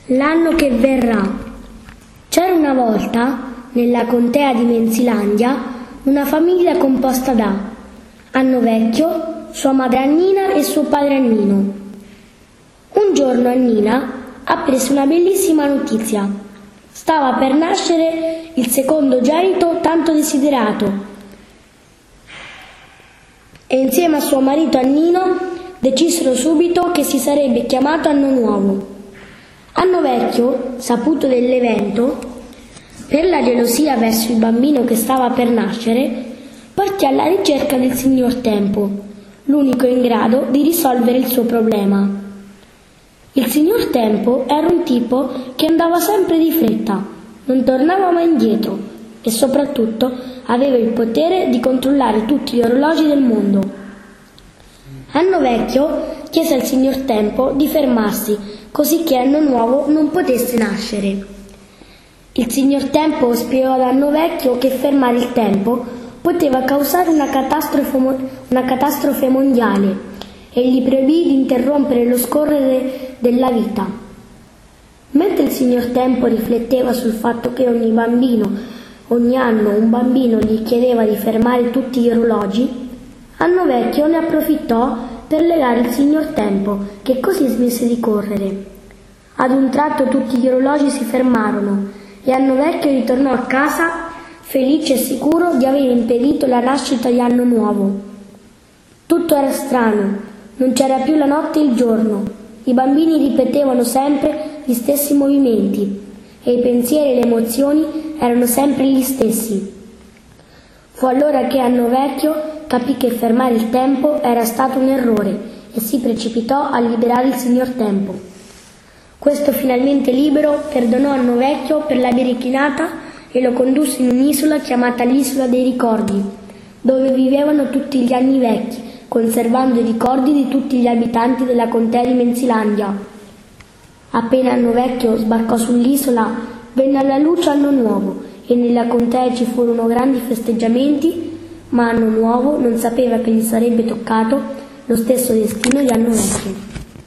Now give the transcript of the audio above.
L'anno che verrà. C'era una volta, nella contea di Menzilandia, una famiglia composta da Anno Vecchio, sua madre Annina e suo padre Annino. Un giorno Annina apprese una bellissima notizia. Stava per nascere il secondogenito tanto desiderato e insieme a suo marito Annino decisero subito che si sarebbe chiamato Anno Nuovo. Anno Vecchio, saputo dell'evento, per la gelosia verso il bambino che stava per nascere, partì alla ricerca del signor Tempo, l'unico in grado di risolvere il suo problema. Il signor Tempo era un tipo che andava sempre di fretta, non tornava mai indietro e soprattutto aveva il potere di controllare tutti gli orologi del mondo. Anno Vecchio chiese al signor Tempo di fermarsi così che Anno Nuovo non potesse nascere. Il signor Tempo spiegò ad Anno Vecchio che fermare il tempo poteva causare una catastrofe mondiale e gli proibì di interrompere lo scorrere della vita. Mentre il signor Tempo rifletteva sul fatto che ogni anno un bambino gli chiedeva di fermare tutti gli orologi, Anno Vecchio ne approfittò per legare il signor Tempo, che così smise di correre. Ad un tratto tutti gli orologi si fermarono e Anno Vecchio ritornò a casa felice e sicuro di aver impedito la nascita di Anno Nuovo. Tutto era strano, non c'era più la notte e il giorno, i bambini ripetevano sempre gli stessi movimenti e i pensieri e le emozioni erano sempre gli stessi. Fu allora che Anno Vecchio capì che fermare il tempo era stato un errore e si precipitò a liberare il signor Tempo. Questo finalmente libero perdonò Anno Vecchio per la birichinata e lo condusse in un'isola chiamata l'Isola dei Ricordi, dove vivevano tutti gli anni vecchi, conservando i ricordi di tutti gli abitanti della contea di Menzilandia. Appena Anno Vecchio sbarcò sull'isola, venne alla luce Anno Nuovo e nella contea ci furono grandi festeggiamenti, ma Anno Nuovo non sapeva che gli sarebbe toccato lo stesso destino di Anno Vecchio.